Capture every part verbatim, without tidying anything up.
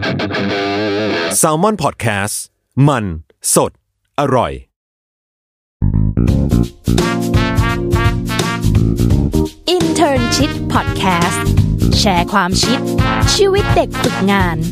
Salmon Podcast มันสดอร่อย Internship Podcast แชร์ความชิดชีวิตเด็กฝึกงาน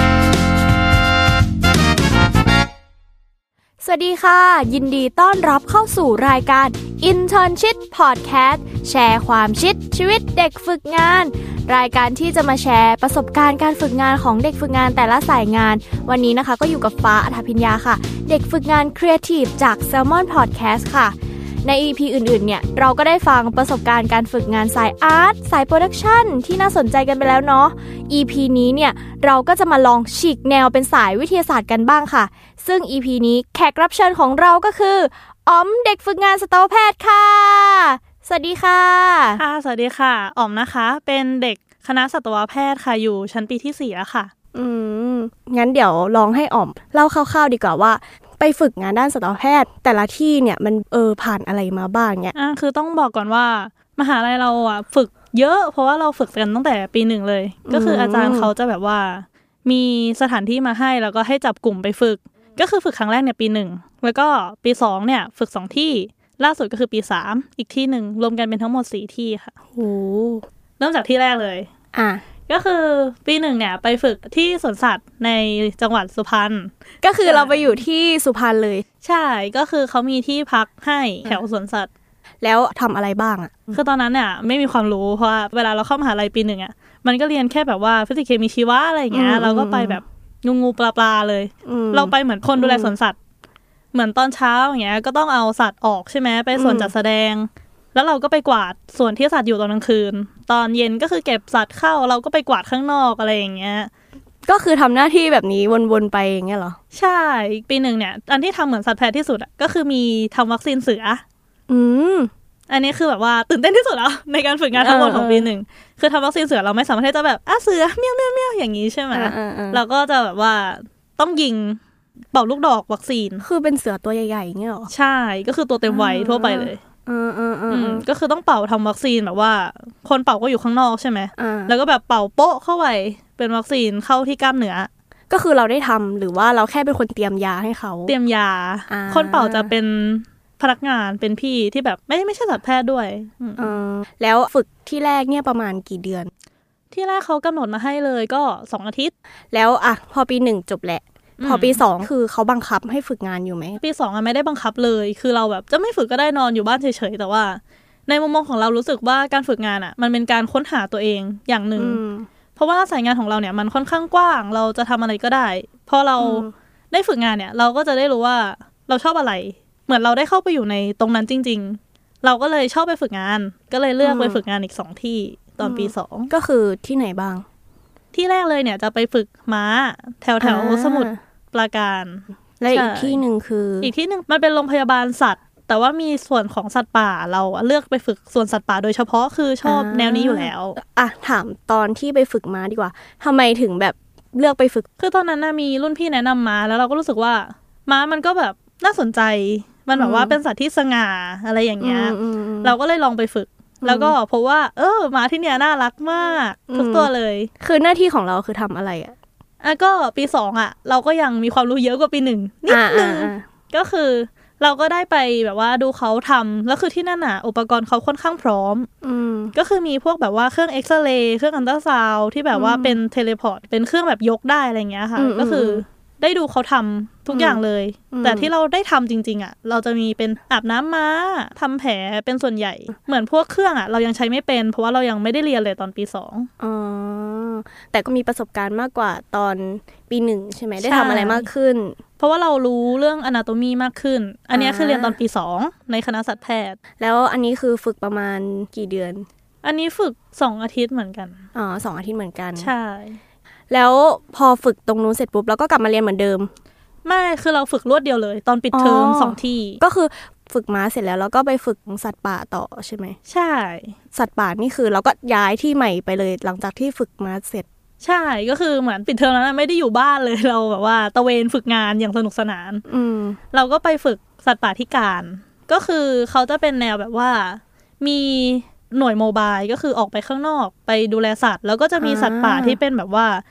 สวัสดีค่ะยินดีต้อนรับเข้าสู่รายการ Internship Podcast แชร์ความชิดชีวิตเด็กฝึกงานรายการที่จะมาแชร์ประสบการณ์การฝึกงานของเด็กฝึกงานแต่ละสายงานวันนี้นะคะก็อยู่กับฟ้าอรพิญญาค่ะเด็กฝึกงาน Creative จาก Salmon Podcast ค่ะใน อี พี อื่นๆเนี่ยเราก็ได้ฟังประสบการณ์การฝึกงานสายอาร์ตสายโปรดักชันที่น่าสนใจกันไปแล้วเนาะ อี พี นี้เนี่ยเราก็จะมาลองฉีกแนวเป็นสายวิทยาศาสตร์กันบ้างค่ะซึ่ง อี พี นี้แขกรับเชิญของเราก็คืออ๋อมเด็กฝึกงานสัตวแพทย์ค่ะสวัสดีค่ะค่ะสวัสดีค่ะอ๋อมนะคะเป็นเด็กคณะสัตวแพทย์ค่ะอยู่ชั้นปีที่สี่แล้วค่ะอืมงั้นเดี๋ยวลองให้อ๋อมเล่าคร่าวๆดีกว่าว่าไปฝึกงานด้านสัตวแพทย์แต่ละที่เนี่ยมันเออผ่านอะไรมาบ้างเนี่ยอ่ะคือต้องบอกก่อนว่ามหาลัยเราอ่ะฝึกเยอะเพราะว่าเราฝึกกันตั้งแต่ปีหนึ่งเลยก็คืออาจารย์เขาจะแบบว่ามีสถานที่มาให้แล้วก็ให้จับกลุ่มไปฝึกก็คือฝึกครั้งแรกเนี่ยปีหนึ่งแล้วก็ปีสองเนี่ยฝึกสองที่ล่าสุดก็คือปีสามอีกที่หนึ่งรวมกันเป็นทั้งหมดสี่ที่ค่ะโอ้เริ่มจากที่แรกเลยอ่ะก็คือปีหนึ่งเนี่ยไปฝึกที่สวนสัตว์ในจังหวัดสุพรรณก็คือเราไปอยู่ที่สุพรรณเลยใช่ก็คือเขามีที่พักให้แถวสวนสัตว์แล้วทำอะไรบ้างอ่ะคือตอนนั้นเนี่ยไม่มีความรู้เพราะว่าเวลาเราเข้ามหาลัยปีหนึ่งอ่ะมันก็เรียนแค่แบบว่าฟิสิกส์เคมีชีวะอะไรอย่างเงี้ยเราก็ไปแบบงูงูปลาปลาเลยเราไปเหมือนคนดูแลสวนสัตว์เหมือนตอนเช้าอย่างเงี้ยก็ต้องเอาสัตว์ออกใช่ไหมไปสวนจัดแสดงแล้วเราก็ไปกวาดส่วนที่สัตว์อยู่ตอนกลางคืนตอนเย็นก็คือเก็บสัตว์เข้าเราก็ไปกวาดข้างนอกอะไรอย่างเงี้ยก็คือทำหน้าที่แบบนี้วนๆไปอย่างเงี้ยเหรอใช่ปีหนึ่งเนี่ยอันที่ทำเหมือนสัตวแพทย์ที่สุดอ่ะก็คือมีทำวัคซีนเสืออืมอันนี้คือแบบว่าตื่นเต้นที่สุดแล้วในการฝึกงานทั้งหมดของปีหนึ่งคือทำวัคซีนเสือเราไม่สามารถที่จะแบบอ่ะเสือเมี้ยวเมี้ยวเมี้ยวอย่างนี้ใช่ไหมเราก็จะแบบว่าต้องยิงเป่าลูกดอกวัคซีนคือเป็นเสือตัวใหญ่ๆอย่างเงี้ยหรอใช่ก็คือตัวเต็มวัยทั่วไปเลยอืมอืมอืมก็คือต้องเป่าทำวัคซีนแบบว่าคนเป่าก็อยู่ข้างนอกใช่ไหมแล้วก็แบบเป่าโป๊ะเข้าไปเป็นวัคซีนเข้าที่กล้ามเนื้อก็คือเราได้ทำหรือว่าเราแค่เป็นคนเตรียมยาให้เขาเตรียมยาคนเป่าจะเป็นพนักงานเป็นพี่ที่แบบไม่ไม่ใช่สัตวแพทย์ด้วยอืมแล้วฝึกที่แรกเนี่ยประมาณกี่เดือนที่แรกเขากำหนดมาให้เลยก็สองอาทิตย์แล้วอ่ะพอปีหนึ่งจบแหละพอปีสองคือเขาบังคับให้ฝึกงานอยู่ไหมปีสองอ่ะไม่ได้บังคับเลยคือเราแบบจะไม่ฝึกก็ได้นอนอยู่บ้านเฉยๆแต่ว่าในมุมมองของเรารู้สึกว่าการฝึกงานอ่ะมันเป็นการค้นหาตัวเองอย่างหนึ่งเพราะว่าสายงานของเราเนี่ยมันค่อนข้างกว้างเราจะทำอะไรก็ได้พอเราได้ฝึกงานเนี่ยเราก็จะได้รู้ว่าเราชอบอะไรเหมือนเราได้เข้าไปอยู่ในตรงนั้นจริงๆเราก็เลยชอบไปฝึกงานก็เลยเลือกไปฝึกงานอีกสองที่ตอนปีสองก็คือที่ไหนบ้างที่แรกเลยเนี่ยจะไปฝึกม้าแถวแถวสมุทรปราการและอีกที่หนึ่งคืออีกที่หนึ่งมันเป็นโรงพยาบาลสัตว์แต่ว่ามีส่วนของสัตว์ป่าเราเลือกไปฝึกส่วนสัตว์ป่าโดยเฉพาะคือชอบแนวนี้อยู่แล้วอ่ะถามตอนที่ไปฝึกม้าดีกว่าทำไมถึงแบบเลือกไปฝึกคือตอนนั้นนะมีรุ่นพี่แนะนำมาแล้วเราก็รู้สึกว่าม้ามันก็แบบน่าสนใจมันแบบว่าเป็นสัตว์ที่สง่าอะไรอย่างเงี้ยเราก็เลยลองไปฝึกแล้วก็พบว่าเออม้าที่เนี้ยน่ารักมากทุกตัวเลยคือหน้าที่ของเราคือทำอะไรอ่ะอ่ะก็ปีสองอ่ะเราก็ยังมีความรู้เยอะกว่าปีหนึ่งนิดนึงก็คือเราก็ได้ไปแบบว่าดูเขาทำแล้วคือที่นั่นอ่ะอุปกรณ์เขาค่อนข้างพร้อมก็คือมีพวกแบบว่าเครื่องเอ็กซเรย์เครื่องอัลตราซาวด์ที่แบบว่าเป็นเทเลพอร์ตเป็นเครื่องแบบยกได้อะไรเงี้ยค่ะก็คือได้ดูเขาทำทุกอย่างเลยแต่ที่เราได้ทำจริงๆอ่ะเราจะมีเป็นอาบน้ำม้าทำแผลเป็นส่วนใหญ่เหมือนพวกเครื่องอ่ะเรายังใช้ไม่เป็นเพราะว่าเรายังไม่ได้เรียนเลยตอนปีสองอ๋อแต่ก็มีประสบการณ์มากกว่าตอนปีหนึ่งใช่ไหมได้ทำอะไรมากขึ้นเพราะว่าเรารู้เรื่อง anatomy มากขึ้นอันนี้คือเรียนตอนปีสองในคณะสัตวแพทย์แล้วอันนี้คือฝึกประมาณกี่เดือนอันนี้ฝึกสองอาทิตย์เหมือนกันอ๋อสองอาทิตย์เหมือนกันใช่แล้วพอฝึกตรงนู้นเสร็จปุ๊บเราก็กลับมาเรียนเหมือนเดิมไม่คือเราฝึกรวดเดียวเลยตอนปิดเทอมสองที่ก็คือฝึกม้าเสร็จแล้วแล้วก็ไปฝึกสัตว์ป่าต่อใช่ไหมใช่สัตว์ป่านี่คือเราก็ย้ายที่ใหม่ไปเลยหลังจากที่ฝึกม้าเสร็จใช่ก็คือเหมือนปิดเทอมแล้วไม่ได้อยู่บ้านเลยเราแบบว่าตะเวนฝึกงานอย่างสนุกสนานเราก็ไปฝึกสัตว์ป่าที่การก็คือเขาจะเป็นแนวแบบว่ามีหน่วยโมบายก็คือออกไปข้างนอกไปดูแลสัตว์แล้วก็จะมีสัตว์ป่าที่เป็นแบบว่า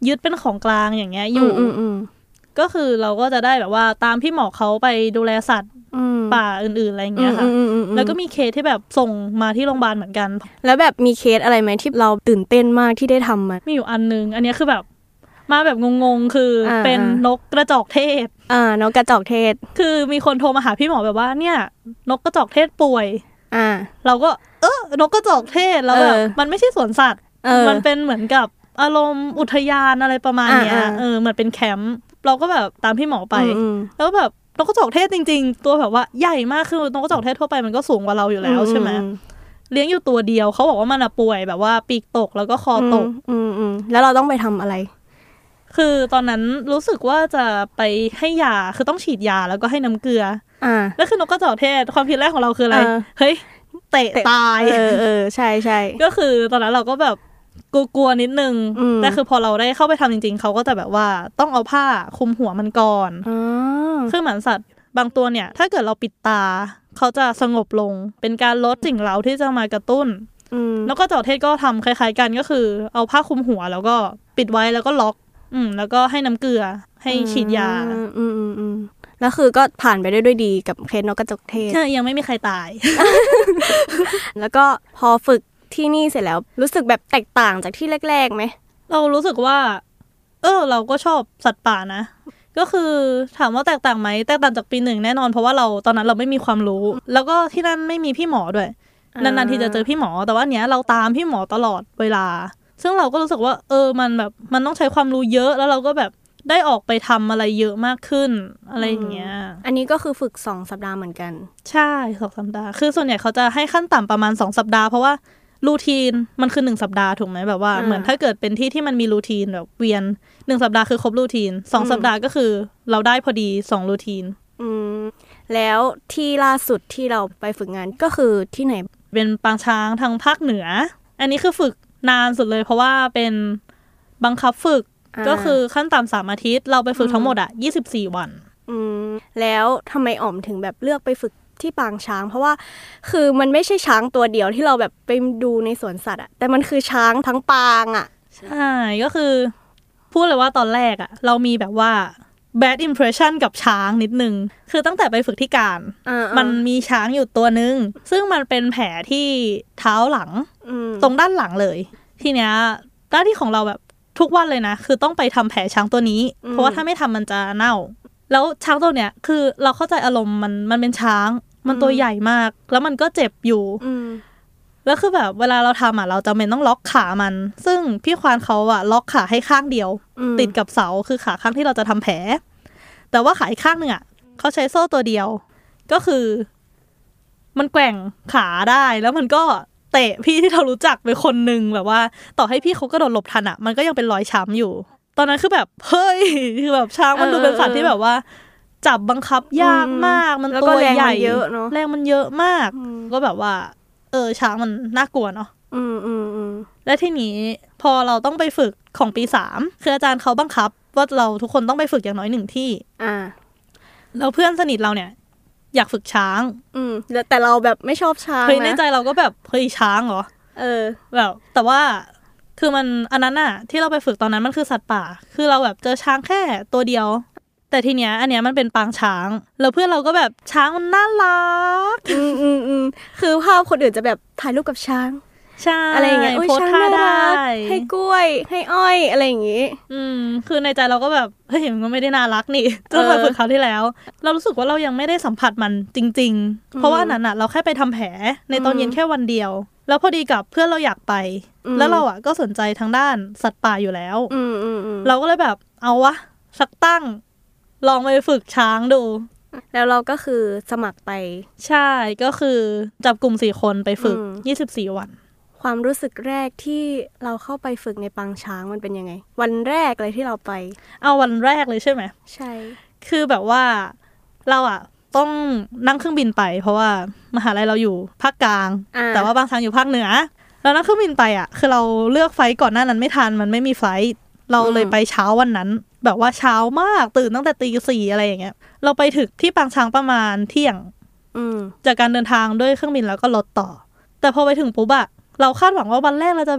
ยึดเป็นของกลางอย่างเงี้ยอยู่ก็คือเราก็จะได้แบบว่าตามพี่หมอเขาไปดูแลสัตว์ป่าอื่นๆอะไรอย่างเงี้ยค่ะแล้วก็มีเคสที่แบบส่งมาที่โรงพยาบาลเหมือนกันแล้วแบบมีเคสอะไรไหมที่เราตื่นเต้นมากที่ได้ทำมามีอยู่อันนึงอันนี้คือแบบมาแบบงงๆคือเป็นนกกระจอกเทศอ่านกกระจอกเทศคือมีคนโทรมาหาพี่หมอแบบว่าเนี่ยนกกระจอกเทศป่วยอ่าเราก็เออนกกระจอกเทศแล้วแบบมันไม่ใช่สวนสัตว์มันเป็นเหมือนกับอารมณ์อุทยานอะไรประมาณเนี้ยเออเหมือนเป็นแคมป์เราก็แบบตามพี่หมอไปแล้วแบบนกกระจอกเทศจริงๆตัวแบบว่าใหญ่มากคือนกกระจอกเทศทั่วไปมันก็สูงกว่าเราอยู่แล้วใช่ไหมเลี้ยงอยู่ตัวเดียวเขาบอกว่ามันอะป่วยแบบว่าปีกตกแล้วก็คอตกแล้วเราต้องไปทำอะไรคือตอนนั้นรู้สึกว่าจะไปให้ยาคือต้องฉีดยาแล้วก็ให้น้ำเกลืออ่าแล้วคือนกกระจอกเทศความคิดแรกของเราคืออะไรเฮ้ยเตะตายเออเออใช่ใช่ก็คือตอนนั้นเราก็แบบกลัวๆนิดนึงแต่คือพอเราได้เข้าไปทำจริงๆเขาก็จะแบบว่าต้องเอาผ้าคลุมหัวมันก่อนคือเหมือนสัตว์บางตัวเนี่ยถ้าเกิดเราปิดตาเขาจะสงบลงเป็นการลดสิ่งเร้าที่จะมากระตุ้นแล้วก็จอกเทศก็ทำคล้ายๆกันก็คือเอาผ้าคลุมหัวแล้วก็ปิดไว้แล้วก็ล็อกอืมแล้วก็ให้น้ำเกลือให้ฉีดยาอืมอืมอืมแล้วคือก็ผ่านไปได้ด้วยดีกับเคสนกกระจอกเทศใช่ยังไม่มีใครตายแล้วก็พอฝึกที่นี่เสร็จแล้วรู้สึกแบบแตกต่างจากที่แรกๆไหมเรารู้สึกว่าเออเราก็ชอบสัตว์ป่านะก็คือถามว่าแตกต่างไหมแตกต่างจากปีหนึ่งแน่นอนเพราะว่าเราตอนนั้นเราไม่มีความรู้แล้วก็ที่นั่นไม่มีพี่หมอด้วยนานๆที่จะเจอพี่หมอแต่ว่าเนี้ยเราตามพี่หมอตลอดเวลาซึ่งเราก็รู้สึกว่าเออมันแบบมันต้องใช้ความรู้เยอะแล้วเราก็แบบได้ออกไปทำอะไรเยอะมากขึ้นอะไรอย่างเงี้ยอันนี้ก็คือฝึกสองสัปดาห์เหมือนกันใช่สองสัปดาห์คือส่วนใหญ่เขาจะให้ขั้นต่ำประมาณสองสัปดาห์เพราะว่ารูทีนมันคือหนึ่งสัปดาห์ถูกไหมแบบว่าเหมือนถ้าเกิดเป็นที่ที่มันมีรูทีนแบบเวียนหนึ่งสัปดาห์คือครบรูทีนสองสัปดาห์ก็คือเราได้พอดีสองรูทีนอืมแล้วที่ล่าสุดที่เราไปฝึกงานก็คือที่ไหนเป็นปางช้างทางภาคเหนืออันนี้คือฝึกนานสุดเลยเพราะว่าเป็นบังคับฝึกก็คือขั้นต่ำสามอาทิตย์เราไปฝึกทั้งหมดอ่ะยี่สิบสี่วันอืมแล้วทำไมอ๋อมถึงแบบเลือกไปฝึกที่ปางช้างเพราะว่าคือมันไม่ใช่ช้างตัวเดียวที่เราแบบไปดูในสวนสัตว์อ่ะแต่มันคือช้างทั้งปางอ่ะใช่ก็คือพูดเลยว่าตอนแรกอ่ะเรามีแบบว่า bad impression กับช้างนิดนึงคือตั้งแต่ไปฝึกที่การมันมีช้างอยู่ตัวนึงซึ่งมันเป็นแผลที่เท้าหลังตรงด้านหลังเลยทีเนี้ยหน้าที่ของเราแบบทุกวันเลยนะคือต้องไปทำแผลช้างตัวนี้เพราะว่าถ้าไม่ทำมันจะเน่าแล้วช้างตัวเนี้ยคือเราเข้าใจอารมณ์มันมันเป็นช้างมันตัวใหญ่มากแล้วมันก็เจ็บอยู่แล้วคือแบบเวลาเราทำอ่ะเราจำเป็นต้องล็อกขามันซึ่งพี่ควานเขาอ่ะล็อกขาให้ข้างเดียวติดกับเสาคือขาข้างที่เราจะทำแผลแต่ว่าขาอีกข้างนึงอ่ะเขาใช้โซ่ตัวเดียวก็คือมันแกว่งขาได้แล้วมันก็เตะพี่ที่เรารู้จักไปคนนึงแบบว่าต่อให้พี่เขากระโดดหลบทันอ่ะมันก็ยังเป็นรอยช้ำอยู่ตอนนั้นคือแบบเฮ้ยคือแบบช้างมันดูเป็นสัตว์ที่แบบว่าจับบังคับยากมากมันตัวใหญ่เยอะเนาะแรงมันเยอะมากก็แบบว่าเออช้างมันน่ากลัวเนาะอืมอืมอืมและทีนี้พอเราต้องไปฝึกของปีสามคืออาจารย์เขาบังคับว่าเราทุกคนต้องไปฝึกอย่างน้อยหนึ่งที่อ่าแล้วเพื่อนสนิทเราเนี่ยอยากฝึกช้างอืมแต่เราแบบไม่ชอบช้างนะเฮ้ยในใจเราก็แบบเฮ้ยช้างเหรอเออแบบแต่ว่าคือมันอันนั้นน่ะที่เราไปฝึกตอนนั้นมันคือสัตว์ป่าคือเราแบบเจอช้างแค่ตัวเดียวแต่ทีเนี้ยอันเนี้ยมันเป็นปางช้างแล้วเพื่อนเราก็แบบช้างมันน่ารักอืมอืมอืมคือภาพคนอื่นจะแบบถ่ายรูปกับช้างใช่อะไรอย่างเงี้ยโพสท่าได้ให้กล้วยให้อ้อยอะไรอย่างงี้อืมคือในใจเราก็แบบเฮ้ยมันก็ไม่ได้น่ารักนี่จนมาฝึกคราวที่แล้วเรารู้สึกว่าเรายังไม่ได้สัมผัสมันจริงๆเพราะว่านั้นน่ะเราแค่ไปทำแผลในตอนเย็นแค่วันเดียวแล้วพอดีกับเพื่อนเราอยากไปแล้วเราอ่ะก็สนใจทางด้านสัตว์ป่าอยู่แล้วเราก็เลยแบบเอาวะสักตั้งลองไปฝึกช้างดูแล้วเราก็คือสมัครไปใช่ก็คือจับกลุ่มสี่คนไปฝึกยี่สิบสี่วันความรู้สึกแรกที่เราเข้าไปฝึกในปางช้างมันเป็นยังไงวันแรกเลยที่เราไปเอาวันแรกเลยใช่ไหมใช่คือแบบว่าเราอ่ะต้องนั่งเครื่องบินไปเพราะว่ามหาลัยเราอยู่ภาคกลางแต่ว่าปางช้างอยู่ภาคเหนือแล้วนั่งเครื่องบินไปอ่ะคือเราเลือกไฟล์ก่อนหน้านั้นไม่ทันมันไม่มีไฟล์เราเลยไปเช้าวันนั้นแบบว่าเช้ามากตื่นตั้งแต่ตีสี่อะไรอย่างเงี้ยเราไปถึงที่ปางช้างประมาณเที่ยงจากการเดินทางด้วยเครื่องบินแล้วก็รถต่อแต่พอไปถึงปุ๊บอะเราคาดหวังว่าวันแรกเราจะแบบ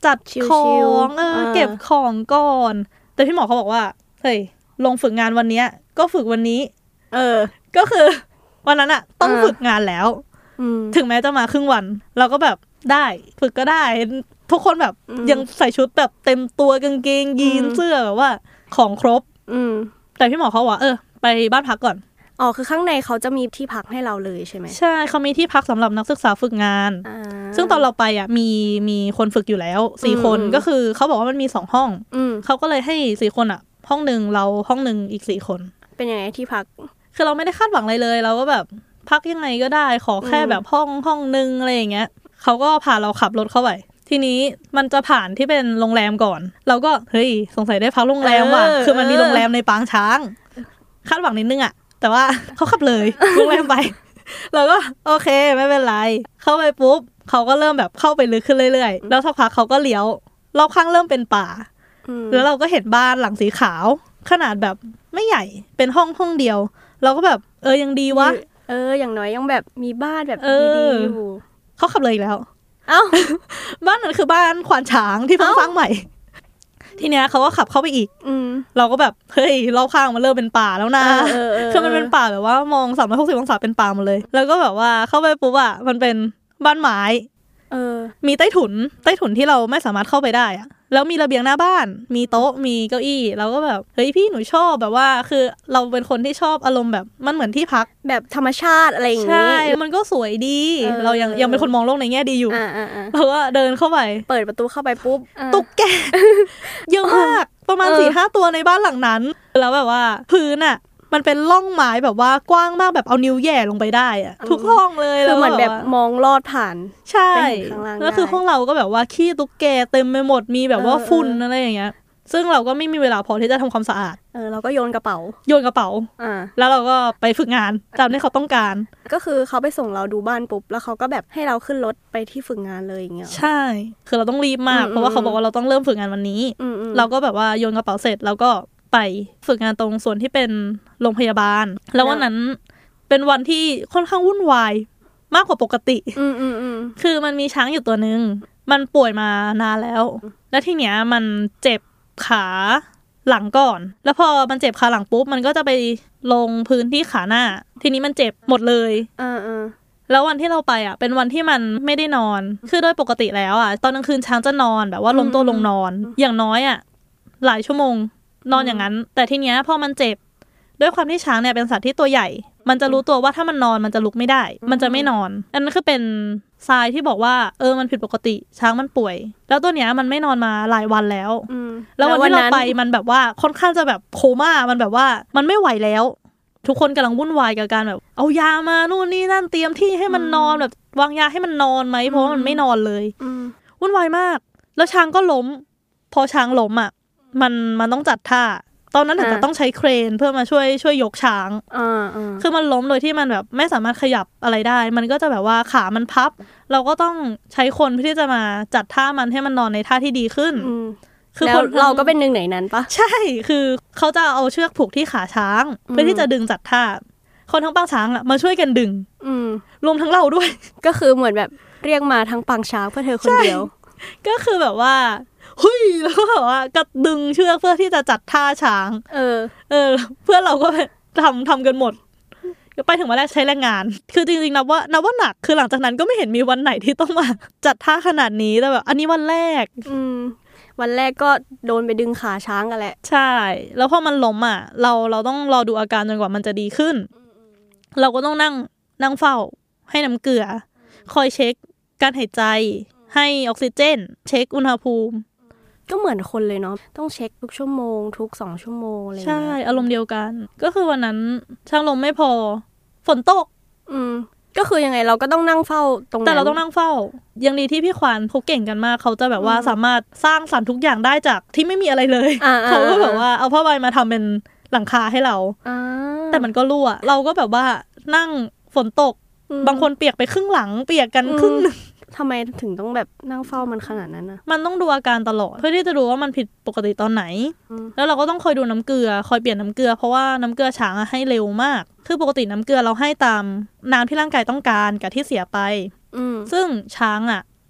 จัดของเออเก็บของก่อนแต่พี่หมอเขาบอกว่าเฮ้ยลงฝึกงานวันนี้ก็ฝึกวันนี้เออก็คือวันนั้นอะต้องฝึกงานแล้วถึงแม้จะมาครึ่งวันเราก็แบบได้ฝึกก็ได้ทุกคนแบบยังใส่ชุดแบบเต็มตัวกางเกงยีนเสื้อแบบว่าของครบแต่พี่หมอเขาว่าเออไปบ้านพักก่อนอ๋อคือข้างในเขาจะมีที่พักให้เราเลยใช่ไหมใช่เขามีที่พักสำหรับนักศึกษาฝึกงานซึ่งตอนเราไปอ่ะมีมีคนฝึกอยู่แล้วสี่คนก็คือเขาบอกว่ามันมีสองห้องเขาก็เลยให้สี่คนอ่ะห้องนึงเราห้องนึงอีกสี่คนเป็นยังไงที่พักคือเราไม่ได้คาดหวังอะไรเลยเราก็แบบพักยังไงก็ได้ขอแค่แบบห้องห้องนึงอะไรอย่างเงี้ยเขาก็พาเราขับรถเข้าไปทีนี้มันจะผ่านที่เป็นโรงแรมก่อนเราก็เฮ้ยสงสัยได้พักโรงแรมว่ะคือมันมีโรงแรมในปางช้างคาดหวังนิดนึงอ่ะแต่ว่าเขาขับเลยโรงแรมไปเราก็โอเคไม่เป็นไรเข้าไปปุ๊บเขาก็เริ่มแบบเข้าไปลึกขึ้นเรื่อยๆแล้วสักพักเขาก็เลี้ยวรอบข้างเริ่มเป็นป่าแล้วเราก็เห็นบ้านหลังสีขาวขนาดแบบไม่ใหญ่เป็นห้องห้องเดียวเราก็แบบเออยังดีวะเอออย่างน้อยยังแบบมีบ้านแบบดีๆอยู่เขาขับเลยอีกแล้วเอ้าบ้านนั้นคือบ้านขวานช้างที่เพิ่งสร้างใหม่ทีเนี้ยเขาก็ขับเข้าไปอีกเราก็แบบเฮ้ยรอบข้างมันเริ่มเป็นป่าแล้วนะคือมันเป็นป่าแบบว่ามองสามร้อยหกสิบองศาเป็นป่าหมดเลยแล้วก็แบบว่าเข้าไปปุ๊บอ่ะมันเป็นบ้านไม้เออมีใต้ถุนใต้ถุนที่เราไม่สามารถเข้าไปได้อ่ะแล้วมีระเบียงหน้าบ้านมีโต๊ะมีเก้าอี้เราก็แบบเฮ้ยพี่หนูชอบแบบว่าคือเราเป็นคนที่ชอบอารมณ์แบบมันเหมือนที่พักแบบธรรมชาติอะไรอย่างงี้ใช่มันก็สวยดีเรายังยังเป็นคนมองโลกในแง่ดีอยู่เราก็เดินเข้าไปเปิดประตูเข้าไปปุ๊บตุ๊กแกเยอะมากประมาณ สี่ห้า ตัวในบ้านหลังนั้นแล้วแบบว่าพื้นอ่ะมันเป็นร่องไม้แบบว่ากว้างมากแบบเอานิ้วแย่ลงไปได้อะทุกห้องเลยคือเหมือนแบบมองลอดผ่านใช่แล้วคือห้องเราก็แบบว่าขี้ตุ๊กแกเต็มไปหมดมีแบบว่าฝุ่นอะไรอย่างเงี้ยซึ่งเราก็ไม่มีเวลาพอที่จะทำความสะอาดเออเราก็โยนกระเป๋าโยนกระเป๋าอ่าแล้วเราก็ไปฝึกงานตามที่เขาต้องการก็คือเขาไปส่งเราดูบ้านปุ๊บแล้วเขาก็แบบให้เราขึ้นรถไปที่ฝึกงานเลยอย่างเงี้ยใช่คือเราต้องรีบมากเพราะว่าเขาบอกว่าเราต้องเริ่มฝึกงานวันนี้เราก็แบบว่าโยนกระเป๋าเสร็จแล้วก็ไปฝึกงานตรงส่วนที่เป็นโรงพยาบาลแล้ววันนั้นเป็นวันที่ค่อนข้างวุ่นวายมากกว่าปกติคือมันมีช้างอยู่ตัวนึงมันป่วยมานานแล้วแล้วทีเนี้ยมันเจ็บขาหลังก่อนแล้วพอมันเจ็บขาหลังปุ๊บมันก็จะไปลงพื้นที่ขาหน้าทีนี้มันเจ็บหมดเลยแล้ววันที่เราไปอ่ะเป็นวันที่มันไม่ได้นอนคือโดยปกติแล้วอ่ะตอนกลางคืนช้างจะนอนแบบว่าล้มตัวลงนอนอย่างน้อยอ่ะหลายชั่วโมงนอนอย่างนั้นแต่ทีเนี้ยพอมันเจ็บด้วยความที่ช้างเนี่ยเป็นสัตว์ที่ตัวใหญ่มันจะรู้ตัวว่าถ้ามันนอนมันจะลุกไม่ได้มันจะไม่นอนอันนั้นคือเป็นทรายที่บอกว่าเออมันผิดปกติช้างมันป่วยแล้วตัวเนี้ยมันไม่นอนมาหลายวันแล้วแล้ววันที่เราไปมันแบบว่าค่อนข้างจะแบบโคม่ามันแบบว่ามันไม่ไหวแล้วทุกคนกำลังวุ่นวายกับการแบบเอายามานู่นนี่นั่นเตรียมที่ให้มันนอนแบบวางยาให้มันนอนไหมเพราะมันไม่นอนเลยวุ่นวายมากแล้วช้างก็ล้มพอช้างล้มอ่ะมันมันต้องจัดท่าตอนนั้นถึงจะต้องใช้เครนเพื่อมาช่วยช่วยยกช้างคือมันล้มโดยที่มันแบบไม่สามารถขยับอะไรได้มันก็จะแบบว่าขามันพับเราก็ต้องใช้คนเพื่อที่จะมาจัดท่ามันให้มันนอนในท่าที่ดีขึ้นคือคนเราก็เป็นหนึ่งในนั้นปะใช่คือเขาจะเอาเชือกผูกที่ขาช้างเพื่อที่จะดึงจัดท่าคนทั้งปางช้างอ่ะมาช่วยกันดึงรวมทั้งเราด้วยก็คือเหมือนแบบเรียกมาทั้งปางช้างเพื่อเธอคนเดียวก็คือแบบว่าเฮ้ยแล้วก็แบบว่าก็ดึงเชือกเพื่อที่จะจัดท่าช้างเออเออเพื่อนเราก็ทำทำกันหมดไปถึงวันแรกใช้แรงงานคือจริงๆนับว่านับว่าหนักคือหลังจากนั้นก็ไม่เห็นมีวันไหนที่ต้องมาจัดท่าขนาดนี้แต่แบบอันนี้วันแรกอืมวันแรกก็โดนไปดึงขาช้างกันแหละใช่แล้วพอมันล้มอ่ะเราเราต้องรอดูอาการจนกว่ามันจะดีขึ้นเราก็ต้องนั่งนั่งเฝ้าให้น้ำเกลือคอยเช็คการหายใจให้ออกซิเจนเช็คอุณหภูมิก็เหมือนคนเลยเนาะต้องเช็คทุกชั่วโมงทุกสองชั่วโมงอะไรอย่างเงี้ยใช่อารมณ์เดียวกันก็คือวันนั้นช่างลมไม่พอฝนตกอืมก็คือยังไงเราก็ต้องนั่งเฝ้าตรงนั้นแต่เราต้องนั่งเฝ้ายังดีที่พี่ควานเขาเก่งกันมากเขาจะแบบว่าสามารถสร้างสรรค์ทุกอย่างได้จากที่ไม่มีอะไรเลยเขาก็แบบว่าเอาผ้าใบมาทำเป็นหลังคาให้เราแต่มันก็รั่วเราก็แบบว่านั่งฝนตกบางคนเปียกไปครึ่งหลังเปียกกันครึ่งทำไมถึงต้องแบบนั่งเฝ้ามันขนาดนั้นนะมันต้องดูอาการตลอดเพื่อที่จะดูว่ามันผิดปกติตอนไหนแล้วเราก็ต้องคอยดูน้ำเกลือคอยเปลี่ยนน้ำเกลือเพราะว่าน้ำเกลือช้างให้เร็วมากคือปกติน้ำเกลือเราให้ตามน้ำที่ร่างกายต้องการกับที่เสียไปซึ่งช้างอ่ะ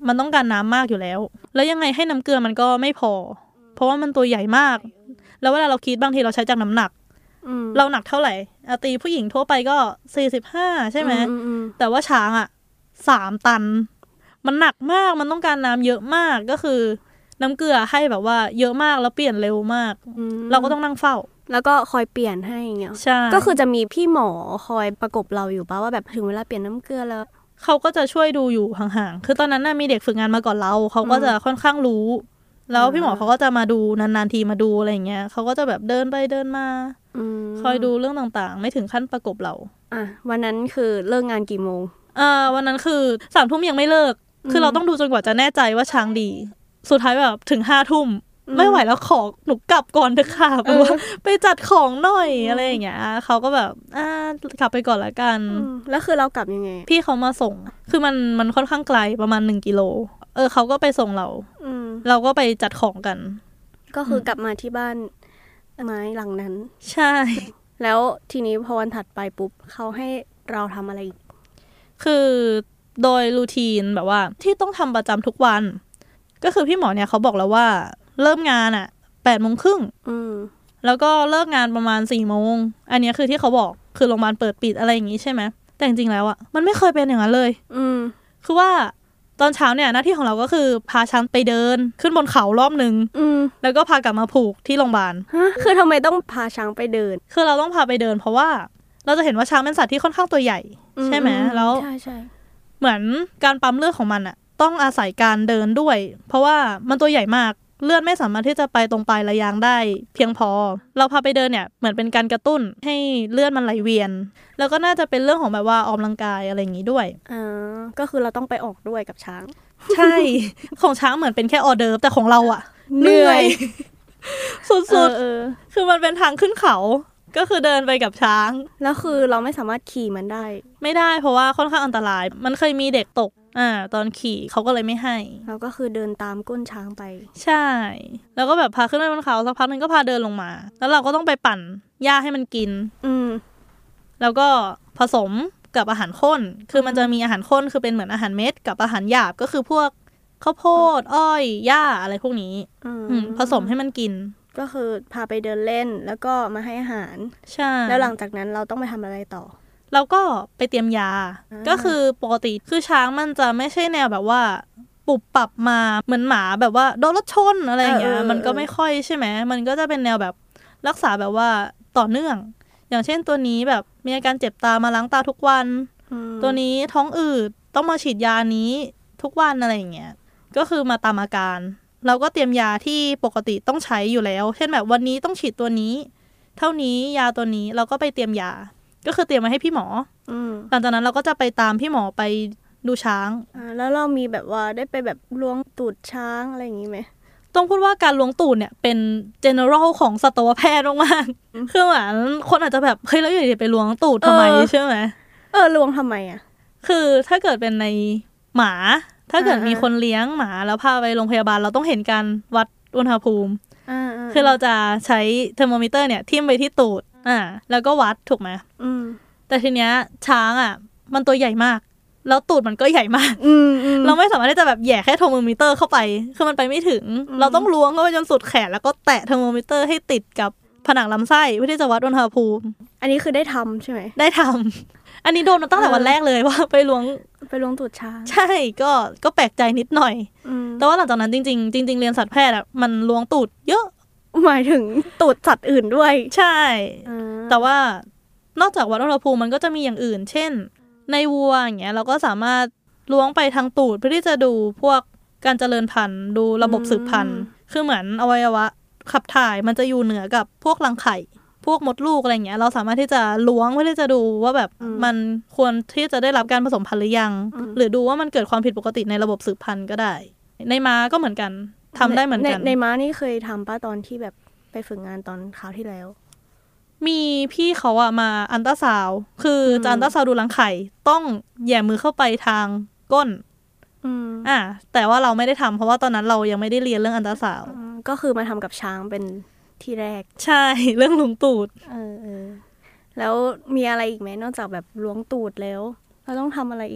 มันต้องการน้ำมากอยู่แล้วแล้วยังไงให้น้ำเกลือมันก็ไม่พอเพราะว่ามันตัวใหญ่มากแล้วเวลาเราคิดบางทีเราใช้จากน้ำหนักเราหนักเท่าไหร่อาตีผู้หญิงทั่วไปก็สี่สิบห้าใช่ไหมแต่ว่าช้างอ่ะสามตันมันหนักมากมันต้องการน้ำเยอะมากก็คือน้ำเกลือให้แบบว่าเยอะมากแล้วเปลี่ยนเร็วมากเราก็ต้องนั่งเฝ้าแล้วก็คอยเปลี่ยนให้อย่างเงี้ยใช่ก็คือจะมีพี่หมอคอยประกบเราอยู่ป่ะว่าแบบถึงเวลาเปลี่ยนน้ำเกลือแล้วเขาก็จะช่วยดูอยู่ห่างๆคือตอนนั้นน่ะมีเด็กฝึกงานมาก่อนเราเขาก็จะค่อนข้างรู้แล้วพี่หมอเขาก็จะมาดูนานๆทีมาดูอะไรอย่างเงี้ยเขาก็จะแบบเดินไปเดินมาคอยดูเรื่องต่างๆไม่ถึงขั้นประกบเราอ่ะวันนั้นคือเลิกงานกี่โมงอ่าวันนั้นคือสามทุ่มยังไม่เลิกคือเราต้องดูจนกว่าจะแน่ใจว่าช้างดีสุดท้ายแบบถึงห้าทุ่มไม่ไหวแล้วขอหนูกลับก่อนเถอะค่ะแบบว่าไปจัดของหน่อยอะไรอย่างเงี้ยเขาก็แบบอ่ากลับไปก่อนละกันแล้วคือเรากลับยังไงพี่เขามาส่งคือมันมันค่อนข้างไกลประมาณหนึ่งกิโลเออเขาก็ไปส่งเราเราก็ไปจัดของกันก็คือกลับมาที่บ้านไม้หลังนั้นใช่แล้วทีนี้พอวันถัดไปปุ๊บเขาให้เราทำอะไรอีกคือโดยรูทีนแบบว่าที่ต้องทำประจำทุกวันก็คือพี่หมอเนี่ยเขาบอกแล้วว่าเริ่มงานอ่ะแปดโมงครึ่งแล้วก็เลิกงานประมาณสี่โมงอันนี้คือที่เขาบอกคือโรงพยาบาลเปิดปิดอะไรอย่างงี้ใช่ไหมแต่จริงๆแล้วอ่ะมันไม่เคยเป็นอย่างนั้นเลยอืมคือว่าตอนเช้าเนี่ยหน้าที่ของเราก็คือพาช้างไปเดินขึ้นบนเขารอบนึงแล้วก็พากลับมาผูกที่โรงพยาบาลฮะคือทำไมต้องพาช้างไปเดินคือเราต้องพาไปเดินเพราะว่าเราจะเห็นว่าช้างเป็นสัตว์ที่ค่อนข้างตัวใหญ่ใช่ไหมแล้วใช่ใช่เหมือนการปั๊มเลือดของมันอ่ะต้องอาศัยการเดินด้วยเพราะว่ามันตัวใหญ่มากเลือดไม่สามารถที่จะไปตรงปลายระยางได้เพียงพอเราพาไปเดินเนี่ยเหมือนเป็นการกระตุ้นให้เลือดมันไหลเวียนแล้วก็น่าจะเป็นเรื่องของแบบว่าออกกำลังกายอะไรอย่างนี้ด้วยอ่าก็คือเราต้องไปออกด้วยกับช้างใช่ของช้างเหมือนเป็นแค่ออเดิร์ฟแต่ของเราอ่ะเหนื่อยสุดๆคือมันเป็นทางขึ้นเขาก็คือเดินไปกับช้างแล้วคือเราไม่สามารถขี่มันได้ไม่ได้เพราะว่าค่อนข้างอันตรายมันเคยมีเด็กตกอ่าตอนขี่เขาก็เลยไม่ให้เราก็คือเดินตามก้นช้างไปใช่แล้วก็แบบพาขึ้นไปบนเขาสักพักนึงก็พาเดินลงมาแล้วเราก็ต้องไปปั่นหญ้าให้มันกินอืมแล้วก็ผสมกับอาหารข้นคือมันจะมีอาหารข้นคือเป็นเหมือนอาหารเม็ดกับอาหารหยาบก็คือพวกข้าวโพดอ้อยหญ้าอะไรพวกนี้ผสมให้มันกินก็คือพาไปเดินเล่นแล้วก็มาให้อาหารใช่แล้วหลังจากนั้นเราต้องไปทำอะไรต่อเราก็ไปเตรียมยาก็คือปกติคือช้างมันจะไม่ใช่แนวแบบว่าปุบปรับมาเหมือนหมาแบบว่าโดนรถชนอะไรอย่างเงี้ยมันก็ไม่ค่อยใช่ไหมมันก็จะเป็นแนวแบบรักษาแบบว่าต่อเนื่องอย่างเช่นตัวนี้แบบมีอาการเจ็บตามาล้างตาทุกวันตัวนี้ท้องอืดต้องมาฉีดยานี้ทุกวันอะไรอย่างเงี้ยก็คือมาตามอาการเราก็เตรียมยาที่ปกติต้องใช้อยู่แล้วเช่นแบบวันนี้ต้องฉีดตัวนี้เท่านี้ยาตัวนี้เราก็ไปเตรียมยาก็คือเตรียมมาให้พี่หมอหลังจากนั้นเราก็จะไปตามพี่หมอไปดูช้างอ่าแล้วเรามีแบบว่าได้ไปแบบล้วงตูดช้างอะไรอย่างงี้ไหมต้องพูดว่าการล้วงตูดเนี่ยเป็น general ของสัตวแพทย์มากๆคือเหมือนคนอาจจะแบบเฮ้ยแล้วอยู่ดีไปล้วงตูดทำไมใช่ไหมเออล้วงทำไมอ่ะคือถ้าเกิดเป็นในหมาถ้าเกิดมีคนเลี้ยงหมาแล้วพาไปโรงพยาบาลเราต้องเห็นการวัดอุณหภูมิคือเราจะใช้เทอร์โมมิเตอร์เนี่ยทิ่มไปที่ตูดอ่าแล้วก็วัดถูกไหมแต่ทีเนี้ยช้างอ่ะมันตัวใหญ่มากแล้วตูดมันก็ใหญ่มากเราไม่สามารถที่จะแบบแย่แค่เทอร์โมมิเตอร์เข้าไปคือมันไปไม่ถึงเราต้องล้วงเข้าไปจนสุดแขนแล้วก็แตะเทอร์โมมิเตอร์ให้ติดกับผนังลำไส้เพื่อที่จะวัดอุณหภูมิอันนี้คือได้ทำใช่ไหมได้ทำอันนี้โดนตั้งแต่วันแรกเลยว่าไปล้วงไปล้วงตูดช้างใช่ก็ก็แปลกใจนิดหน่อยแต่ว่าหลังจากนั้นจริงๆจริงๆเรียนสัตวแพทย์อ่ะมันล้วงตูดเยอะหมายถึงตูดสัตว์อื่นด้วยใช่แต่ว่านอกจากวัดอุณหภูมิมันก็จะมีอย่างอื่นเช่นในวัวอย่างเงี้ยเราก็สามารถล้วงไปทางตูดเพื่อที่จะดูพวกการเจริญพันธุ์ดูระบบสืบพันธุ์คือเหมือนอวัยวะขับถ่ายมันจะอยู่เหนือกับพวกรังไข่พวกมดลูกอะไรเงี้ยเราสามารถที่จะล้วงเพื่อที่จะดูว่าแบบมันควรที่จะได้รับการผสมพันธุ์หรือยังหรือดูว่ามันเกิดความผิดปกติในระบบสืบพันธุ์ก็ได้ในม้าก็เหมือนกันทำได้เหมือนกันใน, ในม้านี่เคยทำป้าตอนที่แบบไปฝึกงานตอนคราวที่แล้วมีพี่เขาอะมาอันตราซาวคือจะอันตราซาวดูรังไข่ต้องแย่มือเข้าไปทางก้นอ่าแต่ว่าเราไม่ได้ทำเพราะว่าตอนนั้นเรายังไม่ได้เรียนเรื่องอันตราซาวก็คือมาทำกับช้างเป็นที่แรกใช่เรื่องล้วงตูดเออเออแล้วมีอะไรอีกไหมนอกจากแบบล้วงตูดแล้วเราต้องทำอะไรอีก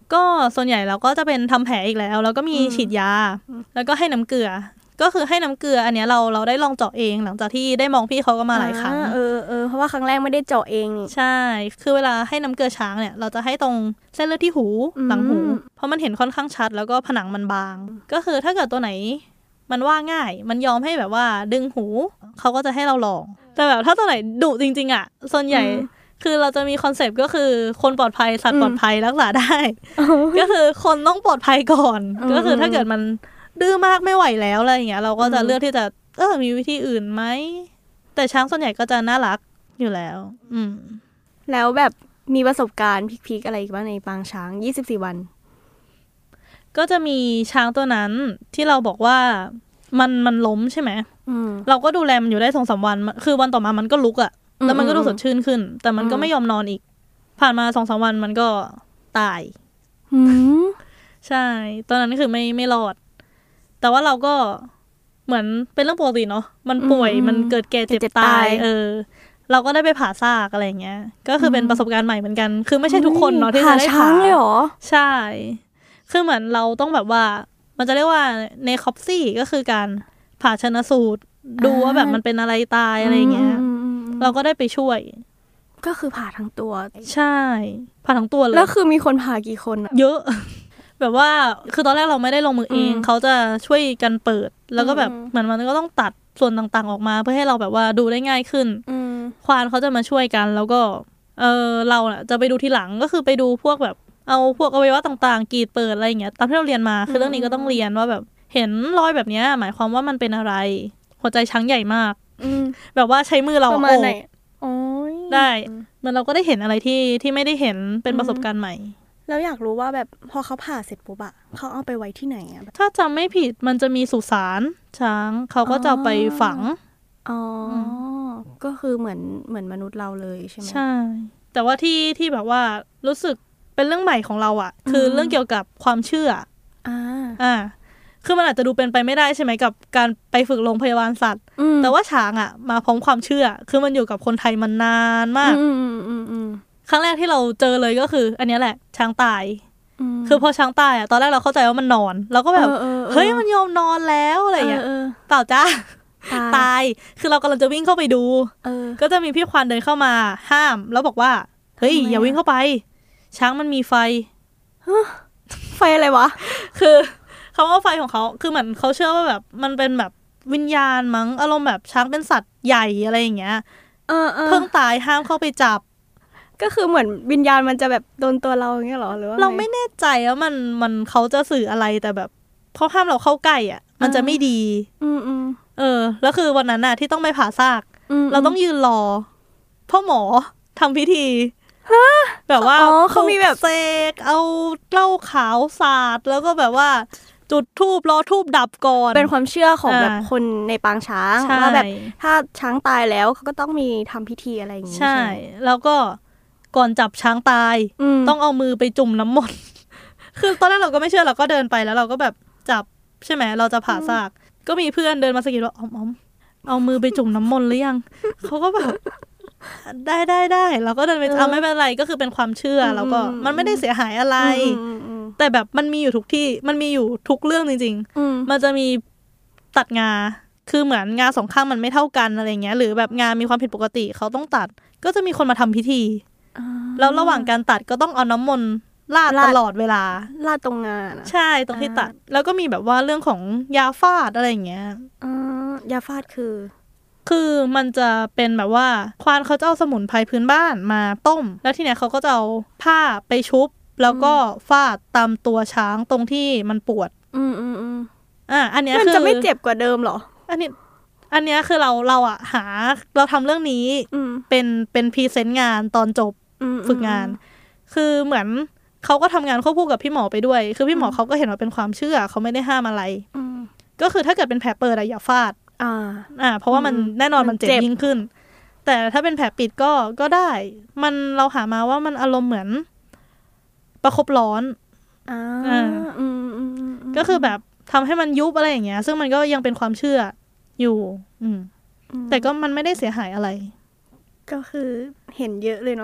ก็ส่วนใหญ่เราก็จะเป็นทำแผลอีกแล้วแล้วก็มีฉีดยาแล้วก็ให้น้ำเกลือก็คือให้น้ำเกลืออันเนี้ยเราเราได้ลองเจาะเองหลังจากที่ได้มองพี่เขาก็มาหลายครั้งเออเออเพราะว่าครั้งแรกไม่ได้เจาะเองนี่ใช่คือเวลาให้น้ำเกลือช้างเนี่ยเราจะให้ตรงเส้นเลือดที่หูหลังหูเพราะมันเห็นค่อนข้างชัดแล้วก็ผนังมันบางก็คือถ้าเกิดตัวไหนมันว่าง่ายมันยอมให้แบบว่าดึงหูเขาก็จะให้เราลองแต่แบบถ้าตัวไหนดุจริงๆอ่ะส่วนใหญ่คือเราจะมีคอนเซปต์ก็คือคนปลอดภัยสัตว์ปลอดภัยรักษาได้ก็คือคนต้องปลอดภัยก่อนก็คือถ้าเกิดมันดื้อมากไม่ไหวแล้วอะไรอย่างเงี้ยเราก็จะเลือกที่จะเออมีวิธีอื่นไหมแต่ช้างส่วนใหญ่ก็จะน่ารักอยู่แล้วอืมแล้วแบบมีประสบการณ์พีคๆอะไรอีกบ้างในปางช้างยี่สิบสี่วันก็จะมีช้างตัวนั้นที่เราบอกว่ามันมันล้มใช่ไหมเราก็ดูแลมันอยู่ได้ สองสาม วันคือวันต่อมามันก็ลุกอ่ะแล้วมันก็ดูสดชื่นขึ้นแต่มันก็ไม่ยอมนอนอีกผ่านมา สองสาม วันมันก็ตายใช่ตอนนั้นคือไม่ไม่รอดแต่ว่าเราก็เหมือนเป็นเรื่องปกติเนาะมันป่วยมันเกิดแก่เจ็บตายเออเราก็ได้ไปผ่าซากอะไรเงี้ยก็คือเป็นประสบการณ์ใหม่เหมือนกันคือไม่ใช่ทุกคนเนาะที่จะได้ผ่าเลยเหรอใช่คือเหมือนเราต้องแบบว่ามันจะเรียกว่าเนคอปซี่ก็คือการผ่าชันสูตรดูว่าแบบมันเป็นอะไรตายอะไรเงี้ยเราก็ได้ไปช่วยก็คือผ่าทั้งตัวใช่ผ่าทั้งตัวเลยแล้วคือมีคนผ่ากี่คนเยอะแบบว่าคือตอนแรกเราไม่ได้ลงมือเองเขาจะช่วยกันเปิดแล้วก็แบบเหมือนมันก็ต้องตัดส่วนต่างๆออกมาเพื่อให้เราแบบว่าดูได้ง่ายขึ้นควานเขาจะมาช่วยกันแล้วก็เออเราน่ะจะไปดูทีหลังก็คือไปดูพวกแบบเอาพวกอวัยวะต่างๆกรีดเปิดอะไรอย่างเงี้ยตามที่เราเรียนมาคือเรื่องนี้ก็ต้องเรียนว่าแบบเห็นรอยแบบนี้หมายความว่ามันเป็นอะไรหัวใจช้างใหญ่มากแบบว่าใช้มือเราโอบได้เหมือนเราก็ได้เห็นอะไรที่ที่ไม่ได้เห็นเป็นประสบการณ์ใหม่แล้วอยากรู้ว่าแบบพอเขาผ่าเสร็จปุ๊บอะเขาเอาไปไว้ที่ไหนอะถ้าจำไม่ผิดมันจะมีสุสานช้างเขาก็จะไปฝังอ๋อก็คือเหมือนเหมือนมนุษย์เราเลยใช่ไหมใช่แต่ว่าที่ที่แบบว่ารู้สึกเป็นเรื่องใหม่ของเราอะคือเรื่องเกี่ยวกับความเชื่ออ่าอ่าคือมันอาจจะดูเป็นไปไม่ได้ใช่ไหมกับการไปฝึกโรงพยาบาลสัตว์แต่ว่าช้างอะมาพร้อมความเชื่อคือมันอยู่กับคนไทยมานานมากครั้งแรกที่เราเจอเลยก็คืออันนี้แหละช้างตายคือพอช้างตายอ่ะตอนแรกเราเข้าใจว่ามันนอนเราก็แบบเฮ้ยมันยอมนอนแล้วอะไรอย่างเงี้ยเปล่าจ้าตายคือเรากำลังจะวิ่งเข้าไปดูก็จะมีพี่ควานเดินเข้ามาห้ามแล้วบอกว่าเฮ้ยอย่าวิ่งเข้าไปช้างมันมีไฟไฟอะไรวะคือคำว่าไฟของเขาคือเหมือนเขาเชื่อว่าแบบมันเป็นแบบวิญญาณมั้งอารมณ์แบบช้างเป็นสัตว์ใหญ่อะไรอย่างเงี้ยเพิ่งตายห้ามเข้าไปจับก็คือเหมือนวิญญาณมันจะแบบโดนตัวเราอย่างเงี้ยหรอหรือว่าเราไม่แน่ใจว่ามันมันเขาจะสื่ออะไรแต่แบบเขาห้ามเราเข้าใกล้อ่ะมันจะไม่ดีอืมอืมเออแล้วคือวันนั้นน่ะที่ต้องไปผ่าซากเราต้องยืนรอพ่อหมอทำพิธีแบบว่าเขามีแบบเสกเอาเหล้าขาวสาดแล้วก็แบบว่าจุดธูปรอธูปดับก่อนเป็นความเชื่อของแบบคนในปางช้างว่าแบบถ้าช้างตายแล้วเขาก็ต้องมีทำพิธีอะไรอย่างงี้ใช่แล้วก็ก่อนจับช้างตายต้องเอามือไปจุ่มน้ำมนต์คือตอนแรกเราก็ไม่เชื่อเราก็เดินไปแล้วเราก็แบบจับใช่ไหมเราจะผ่าซากก็มีเพื่อนเดินมาสะกิดว่าอ๋อมเอามือไปจุ่มน้ำมนต์หรือยังเขาก็แบบได้ได้ได้เราก็เดินไปเอาไม่เป็นไรก็คือเป็นความเชื่อแล้วก็มันไม่ได้เสียหายอะไรแต่แบบมันมีอยู่ทุกที่มันมีอยู่ทุกเรื่องจริงๆมันจะมีตัดงาคือเหมือนงาสองข้างมันไม่เท่ากันอะไรเงี้ยหรือแบบงามีความผิดปกติเขาต้องตัดก็จะมีคนมาทำพิธีแล้วระหว่างการตัดก็ต้องเอาน้ำมนต์ราดตลอดเวลาราดตรงงาใช่ตรงที่ตัดแล้วก็มีแบบว่าเรื่องของยาฟาดอะไรอย่างเงี้ยยาฟาดคือคือมันจะเป็นแบบว่าควานเขาจะเอาสมุนไพรพื้นบ้านมาต้มแล้วทีเนี้ยเขาก็จะเอาผ้าไปชุบแล้วก็ฟาดตามตัวช้างตรงที่มันปวดอืมอืมอืมอ่ะอันเนี้ยคือมันจะไม่เจ็บกว่าเดิมหรออันนี้อันเนี้ยคือเราเราอ่ะหาเราทำเรื่องนี้เป็นเป็นพรีเซนต์งานตอนจบฝึกงานคือเหมือนเขาก็ทำงานควบคู่กับพี่หมอไปด้วยคือพี่หมอเขาก็เห็นว่าเป็นความเชื่อเขาไม่ได้ห้ามอะไรก็คือถ้าเกิดเป็นแผลเปิดอะอย่าฟาดอ่าอ่าเพราะว่ามันแน่นอนมันเจ็บยิ่งขึ้นแต่ถ้าเป็นแผลปิดก็ก็ได้มันเราหามาว่ามันอารมณ์เหมือนประคบร้อนอ่าอืมก็คือแบบทำให้มันยุบอะไรอย่างเงี้ยซึ่งมันก็ยังเป็นความเชื่ออยู่อืมแต่ก็มันไม่ได้เสียหายอะไรก็คือเห็นเยอะเลยเนาะ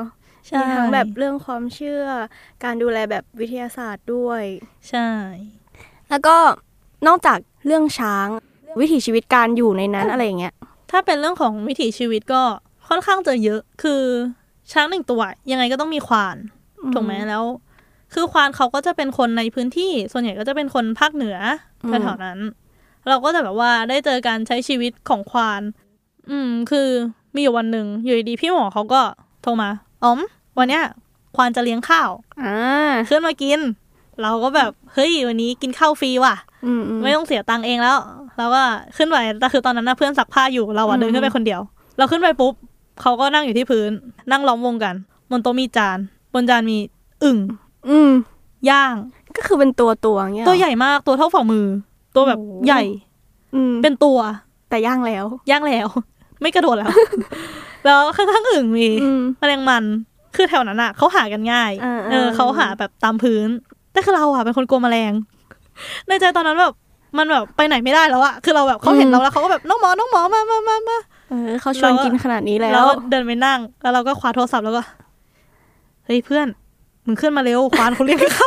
มีทั้งแบบเรื่องความเชื่อการดูแลแบบวิทยาศาสตร์ด้วยใช่แล้วก็นอกจากเรื่องช้างวิถีชีวิตการอยู่ในนั้นอะไรอย่างเงี้ยถ้าเป็นเรื่องของวิถีชีวิตก็ค่อนข้างจะเยอะคือช้างหนึ่งตัวยังไงก็ต้องมีควานถูกไหมแล้วคือควานเขาก็จะเป็นคนในพื้นที่ส่วนใหญ่ก็จะเป็นคนภาคเหนือแถวๆนั้นเราก็จะแบบว่าได้เจอการใช้ชีวิตของควานอืมคือมีอยู่วันหนึ่งอยู่ดีพี่หมอเขาก็โทรมาอ๋อมวันเนี้ยควานจะเลี้ยงข้าวอ่าขึ้นมากินเราก็แบบเฮ้ยวันนี้กินข้าวฟรีว่ะไม่ต้องเสียตังค์เองแล้วเราก็ขึ้นไปแต่คือตอนนั้นนะเพื่อนซักผ้าอยู่เราอะเดินขึ้นไปคนเดียวเราขึ้นไปปุ๊บเขาก็นั่งอยู่ที่พื้นนั่งล้อมวงกันบนโต๊ะมีจานบนจานมีอึ่งอืมย่างก็คือเป็นตัวตัวเงี้ยตัวใหญ่มากตัวเท่าฝ่ามือตัวแบบใหญ่เป็นตัวแต่ย่างแล้วย่างแล้วไม่กระโดดแล้วแล้วข้างๆอึ่งมีแมลงมันคือแถวนั้นอ่ะเขาหากันง่ายเออเขาหาแบบตามพื้นแต่คือเราอ่ะเป็นคนกลัวแมลงในใจตอนนั้นแบบมันแบบไปไหนไม่ได้แล้วอะคือเราแบบเขาเห็นเราแล้วเขาก็แบบน้องหมอน้องหมอมามามามาเออเขาชวนกินขนาดนี้แล้วแล้วเดินไปนั่งแล้วเราก็คว้าโทรศัพท์แล้วก็เฮ้ยเพื่อนมึงขึ้นมาเร็วควานเขาเรียกข้าว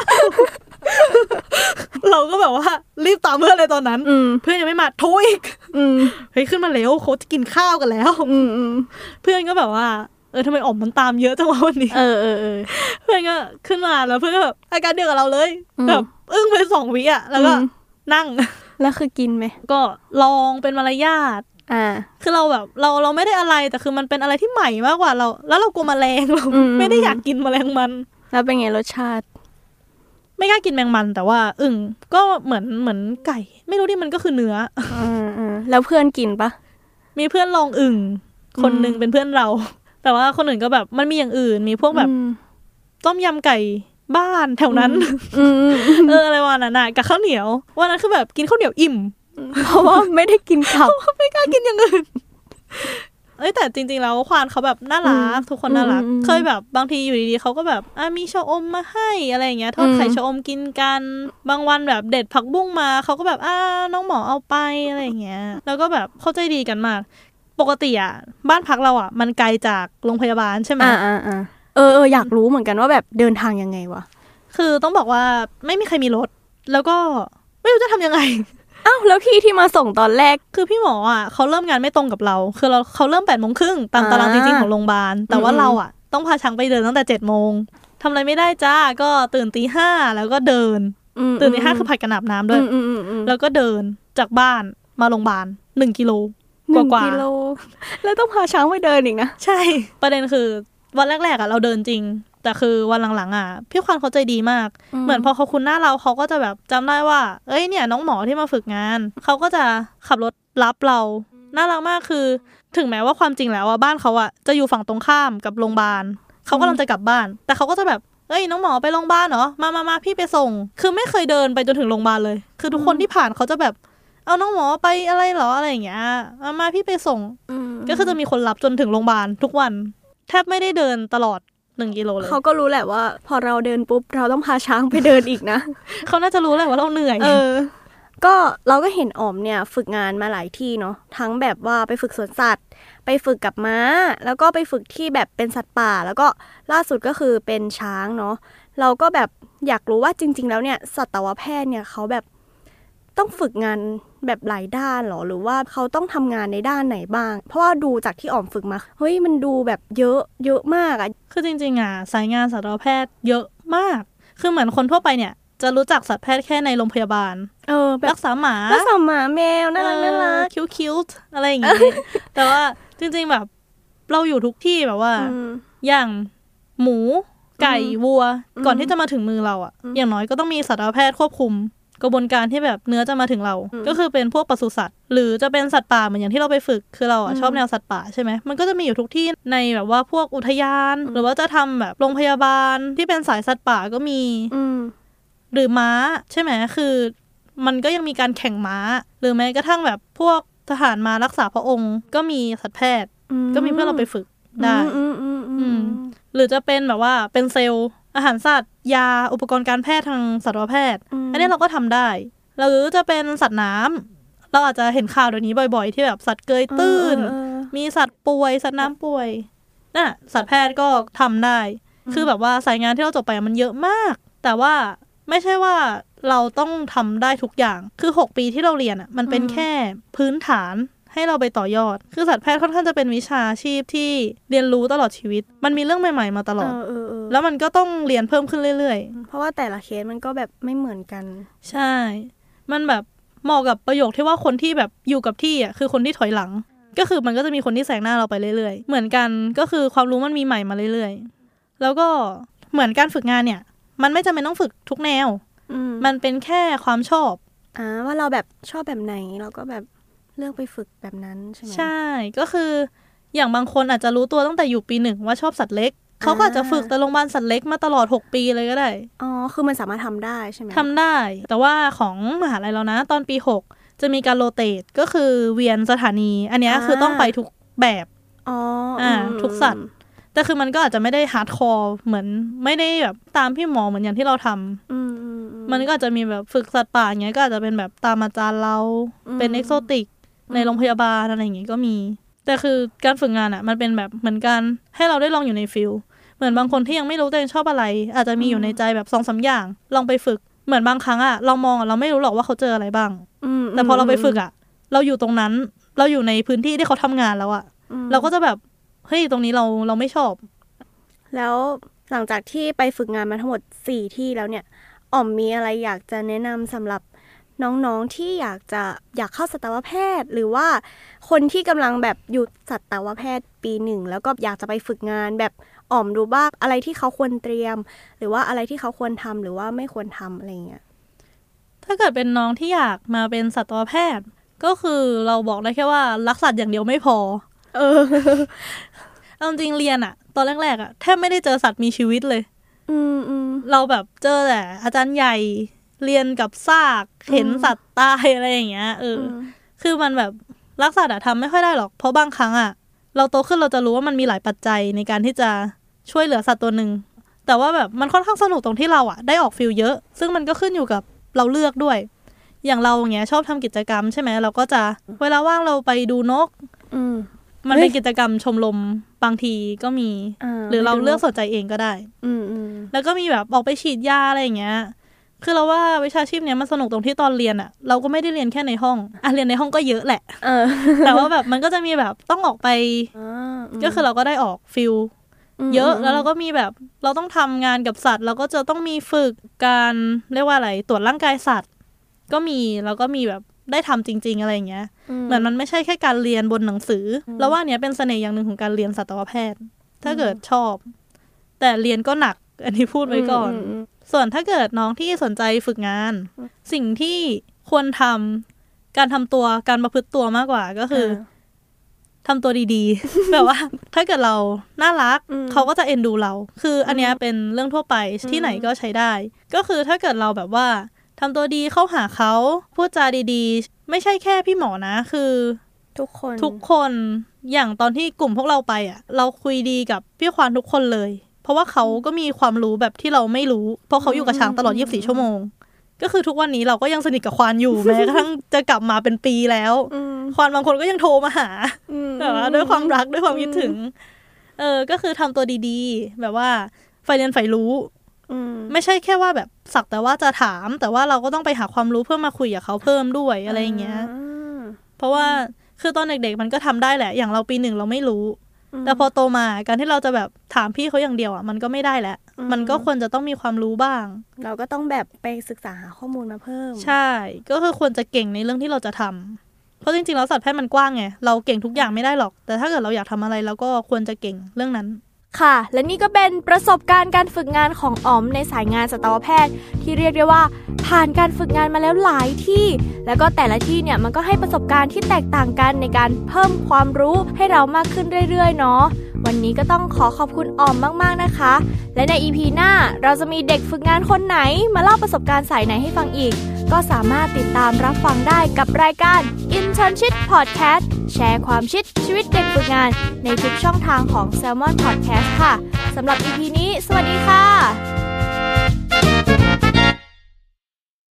เราก็แบบว่ารีบตามเพื่อนเลยตอนนั้นเพื่อนยังไม่มาโทรอีกเฮ้ยขึ้นมาเร็วเขาจะกินข้าวกันแล้วเพื่อนก็แบบว่าเออทำไมออมมันตามเยอะจังวะวันนี้เออเออเออเพื่อนก็ขึ้นมาแล้วเพื่อนก็แบบอาการเดียวกับเราเลยแบบอึ้งไปสองวิอ่ะแล้วก็นั่งแล้วคือกินไหมก็ลองเป็นมารยาทอ่าคือเราแบบเราเราไม่ได้อะไรแต่คือมันเป็นอะไรที่ใหม่มากกว่าเราแล้วเรากลัวแมลงเราไม่ได้อยากกินแมลงมันแล้วเป็นไงรสชาติไม่กล้ากินแมงมันแต่ว่าอึ่งก็เหมือนเหมือนไก่ไม่รู้ดิมันก็คือเนื้ออืมๆแล้วเพื่อนกินปะมีเพื่อนลองอึ่งคนนึงเป็นเพื่อนเราแต่ว่าคนอื่นก็แบบมันมีอย่างอื่นมีพวกแบบต้มยำไก่บ้านแถวนั้นเอออะไรวะน่ะน่ะกับข้าวเหนียววันนั้นคือแบบกินข้าวเหนียวอิ่มเพราะว่าไม่ได้กินข้าวไม่กล้ากินอย่างอื่นเอ้ยแต่จริงๆแล้วควานเขาแบบน่ารักทุกคนน่ารักเคยแบบบางทีอยู่ดีๆเขาก็แบบอ่ะมีชะอมมาให้อะไรอย่างเงี้ยทอดไข่ชะอมกินกันบางวันแบบเด็ดผักบุ้งมาเขาก็แบบอ่าน้องหมอเอาไปอะไรอย่างเงี้ยแล้วก็แบบเข้าใจดีกันมากปกติอ่ะบ้านพักเราอ่ะมันไกลจากโรงพยาบาลใช่ไหมอ่าอ่าเออเอออยากรู้เหมือนกันว่าแบบเดินทางยังไงวะคือต้องบอกว่าไม่มีใครมีรถแล้วก็ไม่รู้จะทำยังไงอ้าวแล้วพี่ที่มาส่งตอนแรกคือพี่หมออ่ะเขาเริ่มงานไม่ตรงกับเราคือเราเขาเริ่มแปดโมงครึ่งตามตารางจริงๆของโรงพยาบาลแต่ว่าเราอ่ะต้องพาช้างไปเดินตั้งแต่เจ็ดโมงทำอะไรไม่ได้จ้าก็ตื่นตีห้าแล้วก็เดินตื่นตีห้าคือผัดกระหน่ำน้ำด้วยแล้วก็เดินจากบ้านมาโรงพยาบาลหนึ่งกิโลกว่ากิโลแล้วต้องพาช้างไปเดินอีกนะใช่ประเด็นคือวันแรกๆอ่ะเราเดินจริงแต่คือวันหลังๆอ่ะพี่ควานเขาใจดีมากเหมือนพอเขาคุ้นหน้าเราเขาก็จะแบบจำได้ว่าเอ้ยเนี่ยน้องหมอที่มาฝึกงานเขาก็จะขับรถรับเราน่ารักมากคือถึงแม้ว่าความจริงแล้วอ่ะบ้านเขาอ่ะจะอยู่ฝั่งตรงข้ามกับโรงพยาบาลเขากำลังจะกลับบ้านแต่เขาก็จะแบบเอ้ยน้องหมอไปโรงพยาบาลเหรอมามามาพี่ไปส่งคือไม่เคยเดินไปจนถึงโรงพยาบาลเลยคือทุกคนที่ผ่านเขาจะแบบเอาน้องหมอไปอะไรเหรออะไรอย่างเงี้ยมามาพี่ไปส่งก็คือจะมีคนรับจนถึงโรงพยาบาลทุกวันแทบไม่ได้เดินตลอดหนึ่งกิโลเลยเขาก็รู้แหละว่าพอเราเดินปุ๊บเราต้องพาช้างไปเดินอีกนะเขาน่าจะรู้แหละว่าเราเหนื่อยเออก็เราก็เห็นออมเนี่ยฝึกงานมาหลายที่เนาะทั้งแบบว่าไปฝึกสวนสัตว์ไปฝึกกับม้าแล้วก็ไปฝึกที่แบบเป็นสัตว์ป่าแล้วก็ล่าสุดก็คือเป็นช้างเนาะเราก็แบบอยากรู้ว่าจริงๆแล้วเนี่ยสัตวแพทย์เนี่ยเขาแบบต้องฝึกงานแบบหลายด้านหรอหรือว่าเขาต้องทำงานในด้านไหนบ้างเพราะว่าดูจากที่ออมฝึกมาเฮ้ยมันดูแบบเยอะเยอะมากอ่ะคือจริงๆอ่ะสายงานสัตวแพทย์เยอะมากคือเหมือนคนทั่วไปเนี่ยจะรู้จักสัตวแพทย์แค่ในโรงพยาบาลเออรักษาหมารักษาหมาแมวน่ารักน่ารักคิ้วๆอะไรอย่างงี้แต่ว่าจริงๆแบบเราอยู่ทุกที่แบบว่าอย่างหมูไก่วัวก่อนที่จะมาถึงมือเราอ่ะอย่างน้อยก็ต้องมีสัตวแพทย์ควบคุมกระบวนการที่แบบเนื้อจะมาถึงเราก็คือเป็นพวกปศุสัตว์หรือจะเป็นสัตว์ป่าเหมือนอย่างที่เราไปฝึกคือเราอ่ะชอบแนวสัตว์ป่าใช่ไหมมันก็จะมีอยู่ทุกที่ในแบบว่าพวกอุทยานหรือว่าจะทำแบบโรงพยาบาลที่เป็นสายสัตว์ป่าก็มีหรือม้าใช่ไหมคือมันก็ยังมีการแข่งม้าหรือแม้กระทั่งแบบพวกทหารมารักษาพระองค์ก็มีสัตวแพทย์ก็มีเพื่อนเราไปฝึกได้หรือจะเป็นแบบว่าเป็นเซลล์อาหารสัตว์ยาอุปกรณ์การแพทย์ทางสัตวแพทย์อันนี้เราก็ทำได้หรือจะเป็นสัตว์น้ำเราอาจจะเห็นข่าวเดี๋ยวนี้บ่อยๆที่แบบสัตว์เกยตื้นมีสัตว์ป่วยสัตว์น้ำป่วยน่ะสัตวแพทย์ก็ทำได้คือแบบว่าสายงานที่เราจบไปมันเยอะมากแต่ว่าไม่ใช่ว่าเราต้องทำได้ทุกอย่างคือหกปีที่เราเรียนอ่ะมันเป็นแค่พื้นฐานให้เราไปต่อยอดคือสัตวแพทย์ค่อนข้างจะเป็นวิชาชีพที่เรียนรู้ตลอดชีวิตมันมีเรื่องใหม่ๆมาตลอดแล้วมันก็ต้องเรียนเพิ่มขึ้นเรื่อยๆเพราะว่าแต่ละเคสมันก็แบบไม่เหมือนกันใช่มันแบบเหมาะกับประโยคที่ว่าคนที่แบบอยู่กับที่อ่ะคือคนที่ถอยหลังก็คือมันก็จะมีคนที่แซงหน้าเราไปเรื่อยๆเหมือนกันก็คือความรู้มันมีใหม่มาเรื่อยๆแล้วก็เหมือนการฝึกงานเนี่ยมันไม่จำเป็นต้องฝึกทุกแนวมันเป็นแค่ความชอบอ่าว่าเราแบบชอบแบบไหนเราก็แบบเลือกไปฝึกแบบนั้นใช่ไหมใช่ก็คืออย่างบางคนอาจจะรู้ตัวตั้งแต่อยู่ปีหนึ่งว่าชอบสัตว์เล็กเขาก็อาจจะฝึกแต่โรงพยาบาลสัตว์เล็กมาตลอดหกปีเลยก็ได้อ๋อคือมันสามารถทำได้ใช่ไหมทำได้แต่ว่าของมหาลัยเรานะตอนปีหกจะมีการโรเตทก็คือเวียนสถานีอันนี้คือต้องไปทุกแบบอ๋ออ่าทุกสัตว์แต่คือมันก็อาจจะไม่ได้ฮาร์ดคอร์เหมือนไม่ได้แบบตามพี่หมอเหมือนอย่างที่เราทำมันก็อาจจะมีแบบฝึกสัตว์ป่าอย่างเงี้ยก็อาจจะเป็นแบบตามอาจารย์เราเป็นเอกโซติกในโรงพยาบาลอะไรอย่างเงี้ยก็มีแต่คือการฝึกงานอ่ะมันเป็นแบบเหมือนกันให้เราได้ลองอยู่ในฟิลเหมือนบางคนที่ยังไม่รู้ตัวเองชอบอะไรอาจจะมีอยู่ในใจแบบสองสามอย่างลองไปฝึกเหมือนบางครั้งอ่ะเรามองอ่ะเราไม่รู้หรอกว่าเขาเจออะไรบ้างแต่พอเราไปฝึกอ่ะเราอยู่ตรงนั้นเราอยู่ในพื้นที่ที่เขาทำงานแล้วอ่ะเราก็จะแบบเฮ้ยตรงนี้เราเราไม่ชอบแล้วหลังจากที่ไปฝึกงานมาทั้งหมดสี่ที่แล้วเนี่ยอ๋อมมีอะไรอยากจะแนะนำสำหรับน้องๆที่อยากจะอยากเข้าสัตวแพทย์หรือว่าคนที่กำลังแบบอยู่สัตวแพทย์ปีหนึ่งแล้วก็อยากจะไปฝึกงานแบบอ๋อมดูบ้างอะไรที่เขาควรเตรียมหรือว่าอะไรที่เขาควรทำหรือว่าไม่ควรทำอะไรเงี้ยถ้าเกิดเป็นน้องที่อยากมาเป็นสัตวแพทย์ก็คือเราบอกได้แค่ว่ารักสัตว์อย่างเดียวไม่พอเออเอาจริงเรียนอะตอนแรกๆอะแทบไม่ได้เจอสัตว์มีชีวิตเลยอืมอืมเราแบบเจอแต่อาจารย์ใหญ่เรียนกับซากเห็นสัตว์ตายอะไรอย่างเงี้ยเออคือมันแบบรักสัตว์อะทำไม่ค่อยได้หรอกเพราะบางครั้งอะเราโตขึ้นเราจะรู้ว่ามันมีหลายปัจจัยในการที่จะช่วยเหลือสัตว์ตัวหนึ่งแต่ว่าแบบมันค่อนข้างสนุกตรงที่เราอะได้ออกฟิลเยอะซึ่งมันก็ขึ้นอยู่กับเราเลือกด้วยอย่างเราอย่างเงี้ยชอบทำกิจกรรมใช่ไหมเราก็จะเวลาว่างเราไปดูนกมันเป็นกิจกรรมชมรมบางทีก็มีหรือเราเลือกสนใจเองก็ได้แล้วก็มีแบบออกไปฉีดยาอะไรอย่างเงี้ยคือเราว่าวิชาชีพเนี้ยมันสนุกตรงที่ตอนเรียนอะเราก็ไม่ได้เรียนแค่ในห้องอ่ะเรียนในห้องก็เยอะแหละแต่ว่าแบบมันก็จะมีแบบต้องออกไปก็คือเราก็ได้ออกฟิลเยอะแล้วเราก็มีแบบเราต้องทำงานกับสัตว์เราก็จะต้องมีฝึกการเรียกว่าอะไรตรวจร่างกายสัตว์ก็มีแล้วก็มีแบบได้ทำจริงๆอะไรอย่างเงี้ยเหมือนมันไม่ใช่แค่การเรียนบนหนังสือแล้วว่าเนี้ยเป็นเสน่ห์อย่างหนึ่งของการเรียนสัตวแพทย์ถ้าเกิดชอบแต่เรียนก็หนักอันนี้พูดไว้ก่อนส่วนถ้าเกิดน้องที่สนใจฝึกงานสิ่งที่ควรทำการทำตัวการประพฤติตัวมากกว่าก็คือทำตัวดีๆ แบบว่าถ้าเกิดเราน่ารักเขาก็จะเอ็นดูเราคืออันนี้เป็นเรื่องทั่วไปที่ไหนก็ใช้ได้ก็คือถ้าเกิดเราแบบว่าทำตัวดีเข้าหาเขาพูดจาดีๆไม่ใช่แค่พี่หมอนะคือทุกคนทุกคนอย่างตอนที่กลุ่มพวกเราไปอ่ะเราคุยดีกับพี่ควานทุกคนเลยเพราะว่าเขาก็มีความรู้แบบที่เราไม่รู้เพราะเขาอยู่กับช้างตลอดยี่สิบสี่ชั่วโมงก็คือทุกวันนี้เราก็ยังสนิทกับควานอยู่แม้กระทั่งจะกลับมาเป็นปีแล้วควานบางคนก็ยังโทรมาหาแบบว่าด้วยความรักด้วยความคิดถึงเออก็คือทำตัวดีๆแบบว่าใฝ่เรียนใฝ่รู้ไม่ใช่แค่ว่าแบบสักแต่ว่าจะถามแต่ว่าเราก็ต้องไปหาความรู้เพื่อมาคุยกับเขาเพิ่มด้วยอะไรอย่างเงี้ยเพราะว่าคือตอนเด็กๆมันก็ทำได้แหละอย่างเราปีหนึ่งเราไม่รู้แต่พอโตมาการที่เราจะแบบถามพี่เขาอย่างเดียวอ่ะมันก็ไม่ได้แล้วมันก็ควรจะต้องมีความรู้บ้างเราก็ต้องแบบไปศึกษาหาข้อมูลมาเพิ่มใช่ก็คือควรจะเก่งในเรื่องที่เราจะทำเพราะจริงๆแล้วสัตวแพทย์มันกว้างไงเราเก่งทุกอย่างไม่ได้หรอกแต่ถ้าเกิดเราอยากทำอะไรเราก็ควรจะเก่งเรื่องนั้นค่ะและนี่ก็เป็นประสบการณ์การฝึกงานของอ๋อมในสายงานสัตวแพทย์ที่เรียกได้ว่าผ่านการฝึกงานมาแล้วหลายที่แล้วก็แต่ละที่เนี่ยมันก็ให้ประสบการณ์ที่แตกต่างกันในการเพิ่มความรู้ให้เรามากขึ้นเรื่อยๆเนาะวันนี้ก็ต้องขอขอบคุณอ๋อมมากๆนะคะและใน อี พี หน้าเราจะมีเด็กฝึกงานคนไหนมาเล่าประสบการณ์สายไหนให้ฟังอีกก็สามารถติดตามรับฟังได้กับรายการ Internship Podcast แชร์ความชิดชีวิตเด็กฝึกงานในทุกช่องทางของ Salmon Podcast ค่ะสำหรับ อี พี นี้สวัสดีค่ะ